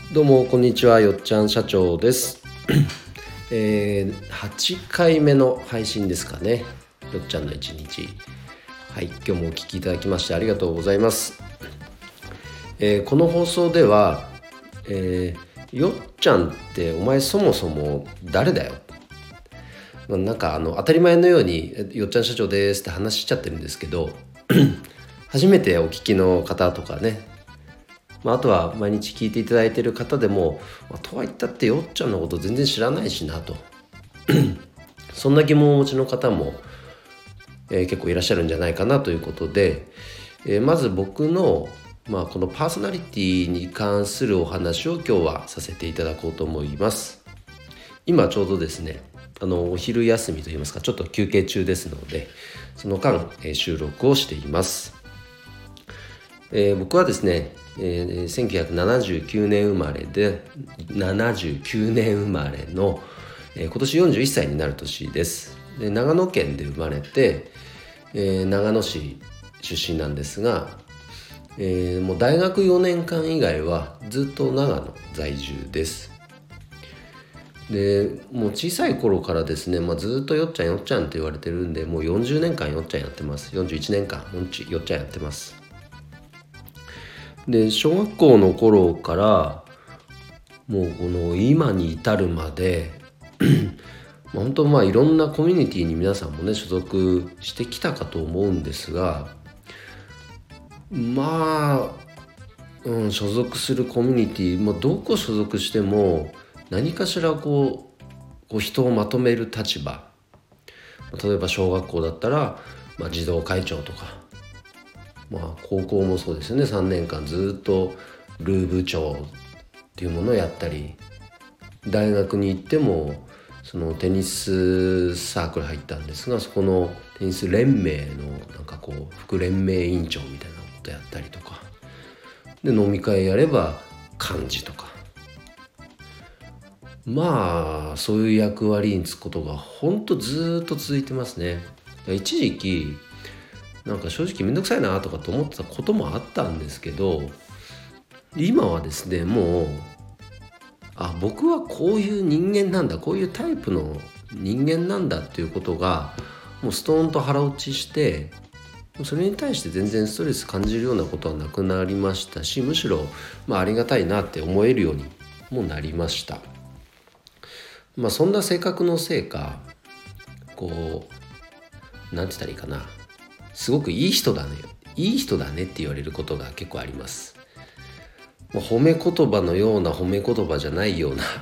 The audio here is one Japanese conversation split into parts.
どうもこんにちは、よっちゃん社長です。8回目の配信ですかね。よっちゃんの一日。はい、今日もお聞きいただきましてありがとうございます。この放送では、よっちゃんってお前そもそも誰だよ。なんか当たり前のようによっちゃん社長ですって話しちゃってるんですけど初めてお聞きの方とかね、あとは毎日聞いていただいている方でも、とは言ったってよっちゃんのこと全然知らないしなとそんな疑問をお持ちの方も、結構いらっしゃるんじゃないかなということで、まず僕の、このパーソナリティに関するお話を今日はさせていただこうと思います。今ちょうどですね、お昼休みといいますか、ちょっと休憩中ですので、その間、収録をしています。僕はですね、1979年生まれで79年生まれの、今年41歳になる年です。で長野県で生まれて、長野市出身なんですが、もう大学4年間以外はずっと長野在住です。でもう小さい頃からですね、ずっとよっちゃんよっちゃんって言われてるんで、もう40年間よっちゃんやってます。41年間よっちゃんやってます。で小学校の頃からもうこの今に至るまで本当いろんなコミュニティに皆さんもね所属してきたかと思うんですが、所属するコミュニティ、どこ所属しても何かしらこう人をまとめる立場、例えば小学校だったら、児童会長とか、高校もそうですよね。3年間ずっとルー部長っていうものをやったり、大学に行ってもそのテニスサークル入ったんですが、そこのテニス連盟の副連盟委員長みたいなことやったりとかで、飲み会やれば幹事とか、そういう役割に就くことが本当ずっと続いてますね。一時期正直めんどくさいなとかと思ってたこともあったんですけど、今はですね、もう僕はこういう人間なんだ、こういうタイプの人間なんだっていうことがもうストーンと腹落ちして、それに対して全然ストレス感じるようなことはなくなりましたし、むしろありがたいなって思えるようにもなりました。そんな性格のせいか、なんて言ったらいいかな、すごくいい人だねって言われることが結構あります。褒め言葉のような褒め言葉じゃないような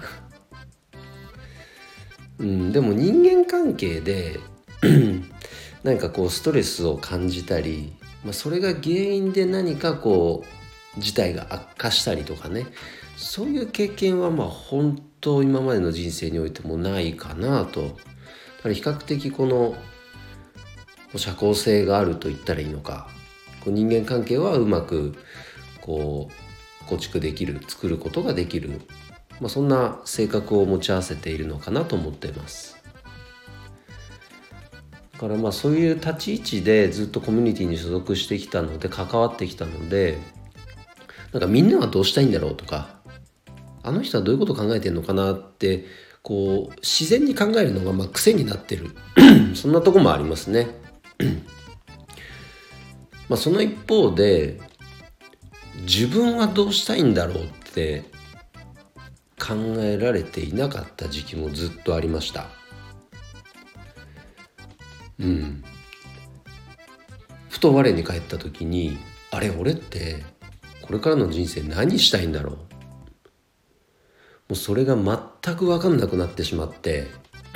でも人間関係で何かストレスを感じたり、それが原因で何か事態が悪化したりとかね、そういう経験は本当今までの人生においてもないかなと。だから比較的この社交性があると言ったらいいのか、人間関係はうまく構築できる、作ることができる、そんな性格を持ち合わせているのかなと思っています。だからそういう立ち位置でずっとコミュニティに所属してきたので、関わってきたので、みんなはどうしたいんだろうとか、あの人はどういうことを考えてるのかなって自然に考えるのが癖になってるそんなとこもありますねその一方で、自分はどうしたいんだろうって考えられていなかった時期もずっとありました。ふと我に返った時に、俺ってこれからの人生何したいんだろう、もうそれが全く分かんなくなってしまって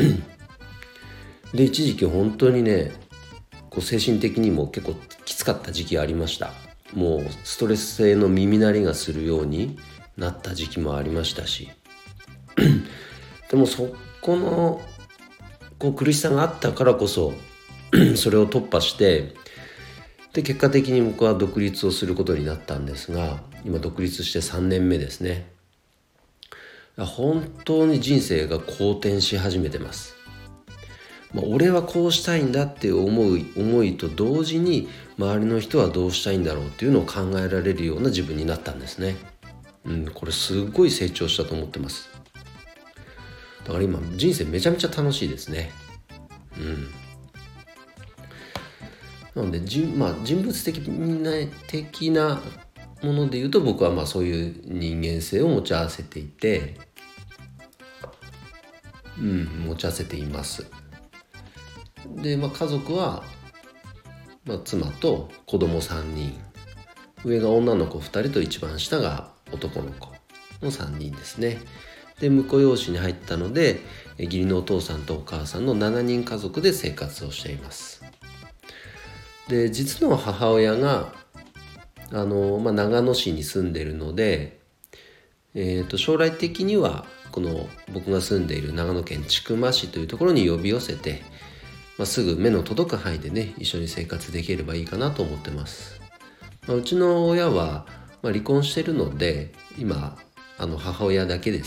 で一時期本当にね、精神的にも結構きつかった時期ありました。もうストレス性の耳鳴りがするようになった時期もありましたしでもそこの苦しさがあったからこそそれを突破して、で結果的に僕は独立をすることになったんですが、今独立して3年目ですね。本当に人生が好転し始めてます。俺はこうしたいんだっていう思いと同時に、周りの人はどうしたいんだろうっていうのを考えられるような自分になったんですね。 これすごい成長したと思ってます。だから今人生めちゃめちゃ楽しいですね。なので人物的なもので言うと、僕はそういう人間性を持ち合わせていて、持ち合わせています。で、家族は、妻と子供3人、上が女の子2人と一番下が男の子の3人ですね。で、婿養子に入ったので、義理のお父さんとお母さんの7人家族で生活をしています。で、実の母親が長野市に住んでいるので、将来的にはこの僕が住んでいる長野県千曲市というところに呼び寄せて、すぐ目の届く範囲でね、一緒に生活できればいいかなと思ってます。うちの親は、離婚しているので今母親だけです。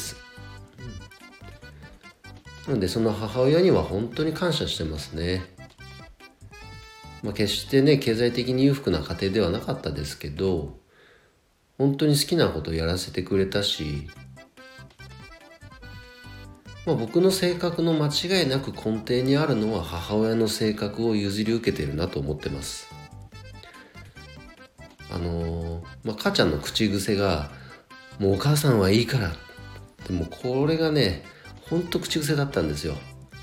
なのでその母親には本当に感謝してますね。決してね、経済的に裕福な家庭ではなかったですけど、本当に好きなことをやらせてくれたし、僕の性格の間違いなく根底にあるのは母親の性格を譲り受けているなと思ってます。母ちゃんの口癖が、もうお母さんはいいから。でもこれがね、ほんと口癖だったんですよ。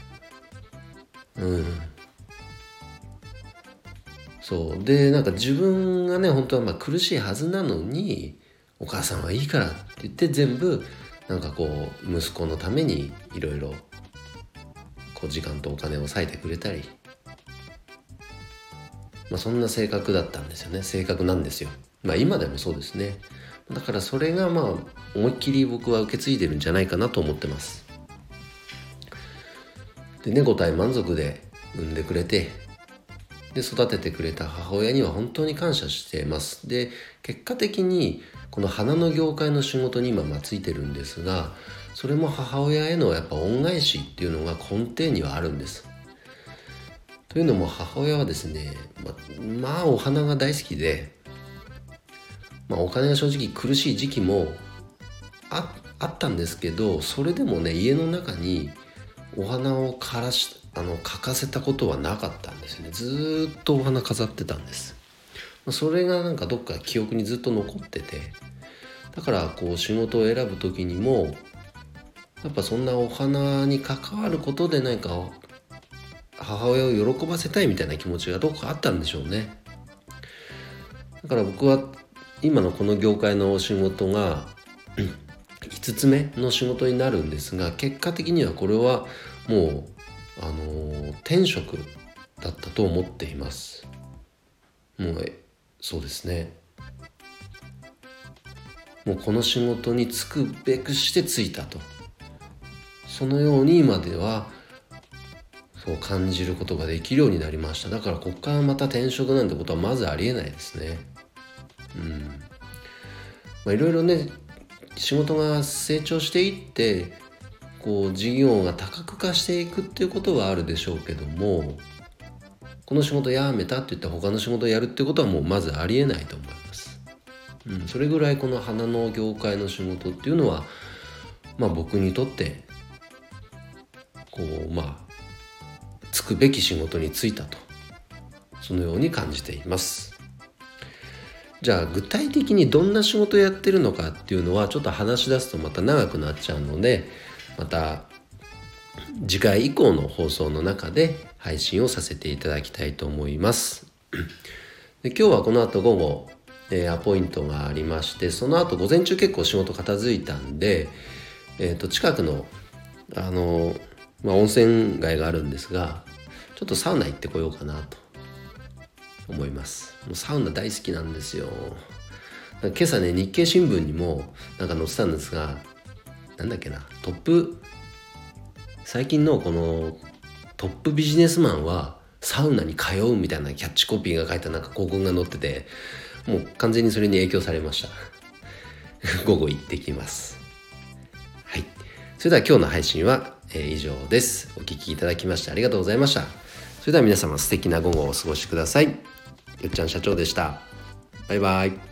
そうで、自分がね、本当は苦しいはずなのに、お母さんはいいからって言って全部息子のためにいろいろ時間とお金を割いてくれたり、そんな性格だったんですよね。性格なんですよ。今でもそうですね。だからそれが思いっきり僕は受け継いでるんじゃないかなと思ってます。でね、5体満足で産んでくれて、で育ててくれた母親には本当に感謝しています。で、結果的にこの花の業界の仕事に今ついてるんですが、それも母親へのやっぱ恩返しっていうのが根底にはあるんです。というのも母親はですね、お花が大好きで、お金が正直苦しい時期もあったんですけど、それでもね、家の中にお花を欠かせたことはなかったんですね。ずっとお花飾ってたんです。それがどっか記憶にずっと残ってて、だから仕事を選ぶ時にもやっぱそんなお花に関わることで母親を喜ばせたいみたいな気持ちがどっかあったんでしょうね。だから僕は今のこの業界の仕事が5つ目の仕事になるんですが、結果的にはこれはもう天職だったと思っています。そうですね。もうこの仕事に就くべくして就いたと、そのように今ではそう感じることができるようになりました。だからここからまた転職なんてことはまずありえないですね。いろいろね、仕事が成長していって事業が多角化していくっていうことはあるでしょうけども、この仕事辞めたって言ったら他の仕事をやるってことはもうまずありえないと思います。それぐらいこの花の業界の仕事っていうのは僕にとって就くべき仕事に就いたと、そのように感じています。じゃあ具体的にどんな仕事をやってるのかっていうのはちょっと話し出すとまた長くなっちゃうので、また次回以降の放送の中で配信をさせていただきたいと思います。で、今日はこの後午後、アポイントがありまして、その後午前中結構仕事片付いたんで、近くの温泉街があるんですが、ちょっとサウナ行ってこようかなと思います。もうサウナ大好きなんですよ。今朝ね、日経新聞にも載ってたんですが、最近のこのトップビジネスマンはサウナに通うみたいなキャッチコピーが書いた広告が載ってて、もう完全にそれに影響されました。午後行ってきます。はい。それでは今日の配信は以上です。お聞きいただきましてありがとうございました。それでは皆様素敵な午後をお過ごしください。よっちゃん社長でした。バイバイ。